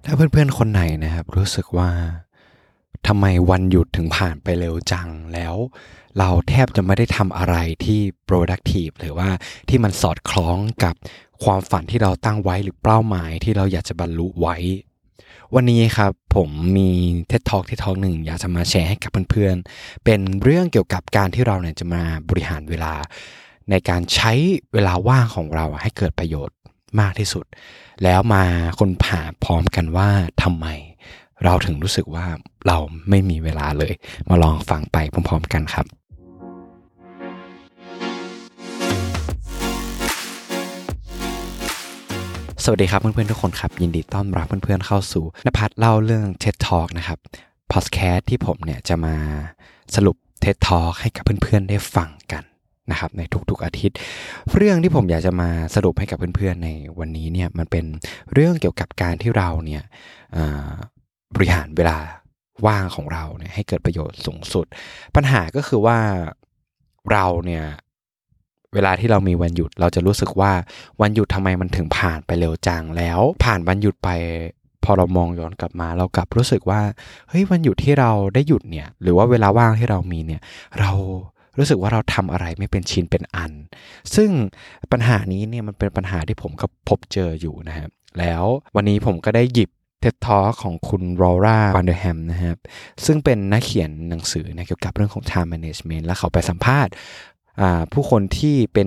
ถ้าเพื่อนๆคนไหนนะครับรู้สึกว่าทำไมวันหยุดถึงผ่านไปเร็วจังแล้วเราแทบจะไม่ได้ทำอะไรที่ productive หรือว่าที่มันสอดคล้องกับความฝันที่เราตั้งไว้หรือเป้าหมายที่เราอยากจะบรรลุไว้วันนี้ครับผมมี TED Talk หนึ่งอยากจะมาแชร์ให้กับเพื่อนๆเป็นเรื่องเกี่ยวกับการที่เราเนี่ยจะมาบริหารเวลาในการใช้เวลาว่างของเราให้เกิดประโยชน์มากที่สุดแล้วมาค้นหาพร้อมกันว่าทำไมเราถึงรู้สึกว่าเราไม่มีเวลาเลยมาลองฟังไปพร้อมๆกันครับสวัสดีครับเพื่อนๆทุกคนครับยินดีต้อนรับเพื่อนๆเข้าสู่ณภัทรเล่าเรื่อง TED Talk นะครับพอดแคสต์ที่ผมเนี่ยจะมาสรุป TED Talk ให้กับเพื่อนๆได้ฟังกันนะครับในทุกๆอาทิตย์เรื่องที่ผมอยากจะมาสรุปให้กับเพื่อนๆในวันนี้เนี่ยมันเป็นเรื่องเกี่ยวกับการที่เราเนี่ยบริหารเวลาว่างของเราเนี่ยให้เกิดประโยชน์สูงสุดปัญหาก็คือว่าเราเนี่ยเวลาที่เรามีวันหยุดเราจะรู้สึกว่าวันหยุดทำไมมันถึงผ่านไปเร็วจังแล้วผ่านวันหยุดไปพอเรามองย้อนกลับมาเรากลับรู้สึกว่าเฮ้ยวันหยุดที่เราได้หยุดเนี่ยหรือว่าเวลาว่างที่เรามีเนี่ยเรารู้สึกว่าเราทำอะไรไม่เป็นชิ้นเป็นอันซึ่งปัญหานี้เนี่ยมันเป็นปัญหาที่ผมก็พบเจออยู่นะครับแล้ววันนี้ผมก็ได้หยิบTED Talk ของคุณลอร่า วันเดอร์แฮมนะครับซึ่งเป็นนักเขียนหนังสือนะเกี่ยวกับเรื่องของ time management และเขาไปสัมภาษณ์ผู้คนที่เป็น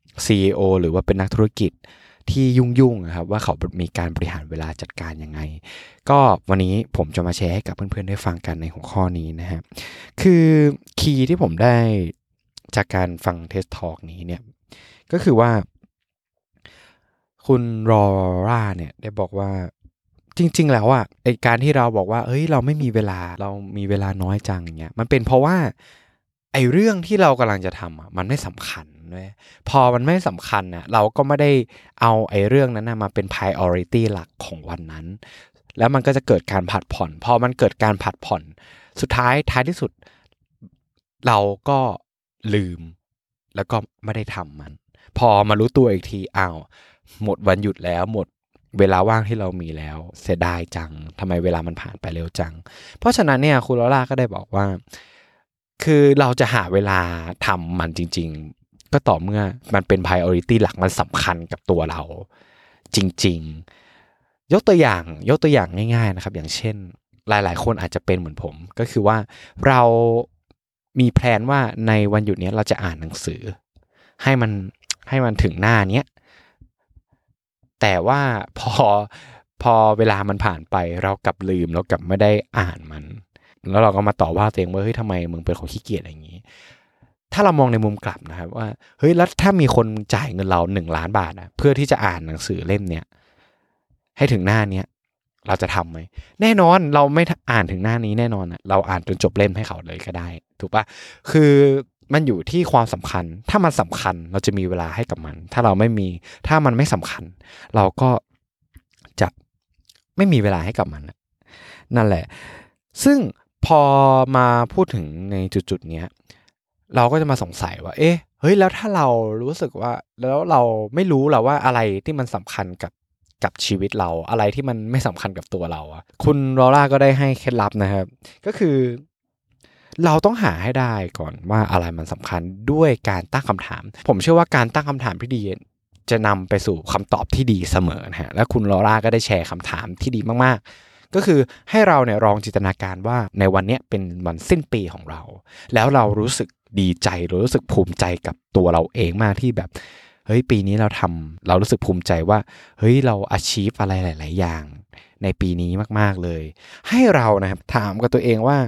CEO หรือว่าเป็นนักธุรกิจที่ยุ่งๆนะครับว่าเขามีการบริหารเวลาจัดการยังไงก็วันนี้ผมจะมาแชร์ให้กับเพื่อนๆได้ฟังกันในหัวข้อนี้นะครับคือคีย์ที่ผมได้จากการฟังTED Talk นี้เนี่ยก็คือว่าคุณลอร่าเนี่ยได้บอกว่าจริงๆแล้วอ่ะไอการที่เราบอกว่าเฮ้ยเราไม่มีเวลาเรามีเวลาน้อยจังอย่างเงี้ยมันเป็นเพราะว่าไอเรื่องที่เรากำลังจะทำอ่ะมันไม่สำคัญเลยพอมันไม่สำคัญอ่ะเราก็ไม่ได้เอาไอเรื่องนั้นมาเป็น priority หลักของวันนั้นแล้วมันก็จะเกิดการผัดผ่อนพอมันเกิดการผัดผ่อนสุดท้ายที่สุดเราก็ลืมแล้วก็ไม่ได้ทำมันพอมารู้ตัวอีกทีอ้าวหมดวันหยุดแล้วหมดเวลาว่างที่เรามีแล้วเสียดายจังทำไมเวลามันผ่านไปเร็วจังเพราะฉะนั้นเนี่ยคุณลอร่าก็ได้บอกว่าคือเราจะหาเวลาทำมันจริงๆก็ต่อเมื่อมันเป็น priority หลักมันสำคัญกับตัวเราจริงๆยกตัวอย่างง่ายๆนะครับอย่างเช่นหลายๆคนอาจจะเป็นเหมือนผมก็คือว่าเรามีแพลนว่าในวันหยุดนี้เราจะอ่านหนังสือให้มันถึงหน้าเนี้ยแต่ว่าพอเวลามันผ่านไปเรากลับลืมเรากลับไม่ได้อ่านมันแล้วเราก็มาต่อว่าตัวเองว่าเฮ้ยทำไมมึงเป็นคนขี้เกียจอย่างนี้ถ้าเรามองในมุมกลับนะครับว่าเฮ้ยแล้วถ้ามีคนจ่ายเงินเรา1,000,000 บาทนะเพื่อที่จะอ่านหนังสือเล่มเนี้ยให้ถึงหน้าเนี้ยเราจะทำไหมแน่นอนเราไม่อ่านถึงหน้านี้แน่นอนอ่ะเราอ่านจนจบเล่มให้เขาเลยก็ได้ถูกปะคือมันอยู่ที่ความสำคัญถ้ามันสำคัญเราจะมีเวลาให้กับมันถ้ามันไม่สำคัญเราก็จะไม่มีเวลาให้กับมันนั่นแหละซึ่งพอมาพูดถึงในจุดๆเนี้ยเราก็จะมาสงสัยว่าเอ๊ะเฮ้ยแล้วถ้าเรารู้สึกว่าแล้วเราไม่รู้หรอว่าอะไรที่มันสำคัญกับชีวิตเราอะไรที่มันไม่สำคัญกับตัวเราอ่ะคุณลอร่าก็ได้ให้เคล็ดลับนะครับก็คือเราต้องหาให้ได้ก่อนว่าอะไรมันสำคัญด้วยการตั้งคำถามผมเชื่อว่าการตั้งคำถามที่ดีจะนำไปสู่คำตอบที่ดีเสมอนะฮะและคุณลอร่าก็ได้แชร์คำถามที่ดีมากๆก็คือให้เราเนี่ยลองจินตนาการว่าในวันนี้เป็นวันสิ้นปีของเราแล้วเรารู้สึกดีใจรู้สึกภูมิใจกับตัวเราเองมากที่แบบเฮ้ยปีนี้เรารู้สึกภูมิใจว่าเฮ้ยเรา achieve อะไรหลายๆอย่างในปีนี้มากๆเลยให้เรานะครับถามกับตัวเองว่า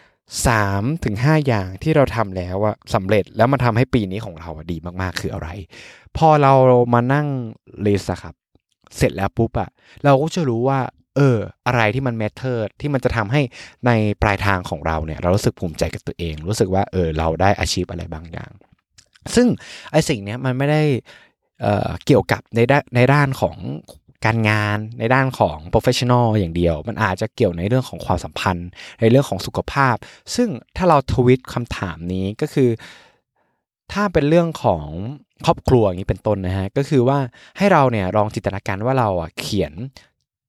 3-5 อย่างที่เราทำแล้วอะสำเร็จแล้วมันทำให้ปีนี้ของเราดีมากๆคืออะไรพอเรามานั่งลิสต์ครับเสร็จแล้วปุ๊บอะเราก็จะรู้ว่าอะไรที่มัน matter ที่มันจะทำให้ในปลายทางของเราเนี่ยเรารู้สึกภูมิใจกับตัวเองรู้สึกว่าเราได้ achieve อะไรบางอย่างซึ่งไอ้สิ่งนี้มันไม่ได้เกี่ยวกับในด้านของการงานในด้านของ professional อย่างเดียวมันอาจจะเกี่ยวในเรื่องของความสัมพันธ์ในเรื่องของสุขภาพซึ่งถ้าเราทวิตคำถามนี้ก็คือถ้าเป็นเรื่องของครอบครัวอย่างนี้เป็นต้นนะฮะก็คือว่าให้เราเนี่ยลองจินตนาการว่าเราเขียน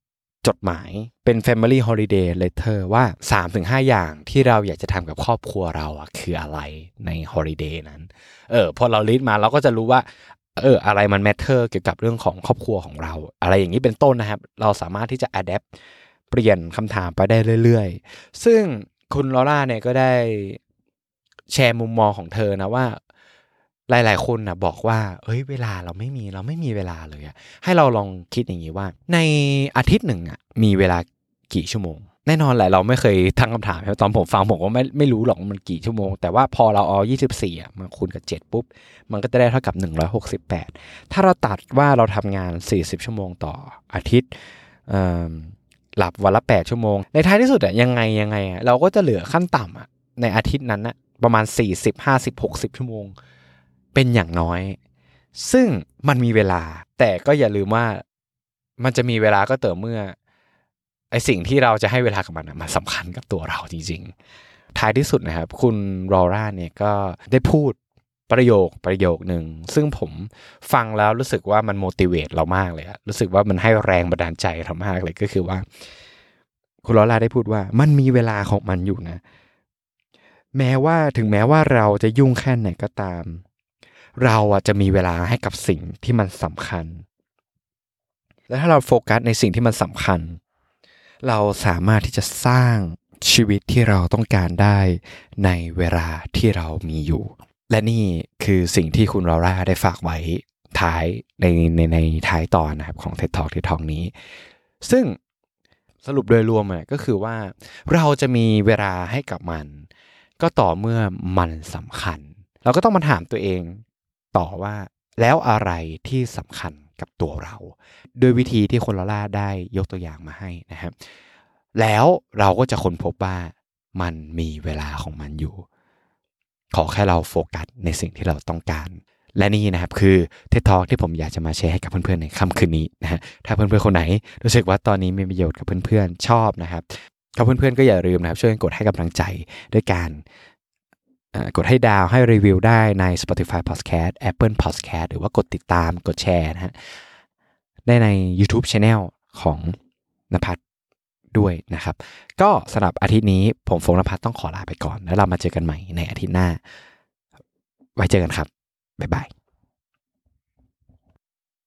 จดหมายเป็น Family Holiday Letter ว่า 3-5 อย่างที่เราอยากจะทำกับครอบครัวเราคืออะไรใน Holiday นั้นพอเราลิสต์มาเราก็จะรู้ว่าอะไรมัน matter เกี่ยวกับเรื่องของครอบครัวของเราอะไรอย่างนี้เป็นต้นนะครับเราสามารถที่จะ adapt เปลี่ยนคำถามไปได้เรื่อยๆซึ่งคุณลอร่าเนี่ยก็ได้แชร์มุมมองของเธอนะว่าหลายๆคนนะบอกว่าเวลาเราไม่มีเวลาเลยให้เราลองคิดอย่างนี้ว่าในอาทิตย์หนึ่งมีเวลากี่ชั่วโมงแน่นอนแหละเราไม่เคยตั้งคำถามตอนผมฟังผมก็ไม่รู้หรอกมันกี่ชั่วโมงแต่ว่าพอเราเอา24มาคูณกับ7ปุ๊บมันก็จะได้เท่ากับ168ถ้าเราตัดว่าเราทำงาน40ชั่วโมงต่ออาทิตย์หลับวันละ8ชั่วโมงในท้ายที่สุดยังไงเราก็จะเหลือขั้นต่ำในอาทิตย์นั้นประมาณ40 50 60ชั่วโมงเป็นอย่างน้อยซึ่งมันมีเวลาแต่ก็อย่าลืมว่ามันจะมีเวลาก็ต่อเมื่อไอสิ่งที่เราจะให้เวลากับมันสำคัญกับตัวเราจริงๆท้ายที่สุดนะครับคุณลอร่าเนี่ยก็ได้พูดประโยคนึงซึ่งผมฟังแล้วรู้สึกว่ามัน motivate เรามากเลยรู้สึกว่ามันให้แรงบันดาลใจเรามากเลยก็คือว่าคุณลอร่าได้พูดว่ามันมีเวลาของมันอยู่นะถึงแม้ว่าเราจะยุ่งแค่ไหนก็ตามเราจะมีเวลาให้กับสิ่งที่มันสำคัญและถ้าเราโฟกัสในสิ่งที่มันสำคัญเราสามารถที่จะสร้างชีวิตที่เราต้องการได้ในเวลาที่เรามีอยู่และนี่คือสิ่งที่คุณลอร่าได้ฝากไว้ท้ายในท้ายตอนนะครับของ TED Talk ที่ทองนี้ซึ่งสรุปโดยรวมก็คือว่าเราจะมีเวลาให้กับมันก็ต่อเมื่อมันสำคัญเราก็ต้องมาถามตัวเองต่อว่าแล้วอะไรที่สำคัญกับตัวเราโดยวิธีที่คุณลอร่าได้ยกตัวอย่างมาให้นะครับแล้วเราก็จะค้นพบว่ามันมีเวลาของมันอยู่ขอแค่เราโฟกัสในสิ่งที่เราต้องการและนี่นะครับคือ TED Talk ที่ผมอยากจะมาแชร์ให้กับเพื่อนๆในค่ำคืนนี้นะฮะถ้าเพื่อนๆคนไหนรู้สึกว่าตอนนี้มีประโยชน์กับเพื่อนๆชอบนะครับเพื่อนๆก็อย่าลืมนะครับช่วยกดให้กำลังใจด้วยการกดให้ดาวให้รีวิวได้ใน Spotify Podcast Apple Podcast หรือว่ากดติดตามกดแชร์นะฮะได้ใน YouTube Channel ของณภัทรด้วยนะครับก็สำหรับอาทิตย์นี้ผมโฟงณภัทรต้องขอลาไปก่อนแล้วเรามาเจอกันใหม่ในอาทิตย์หน้าไว้เจอกันครับบ๊ายบาย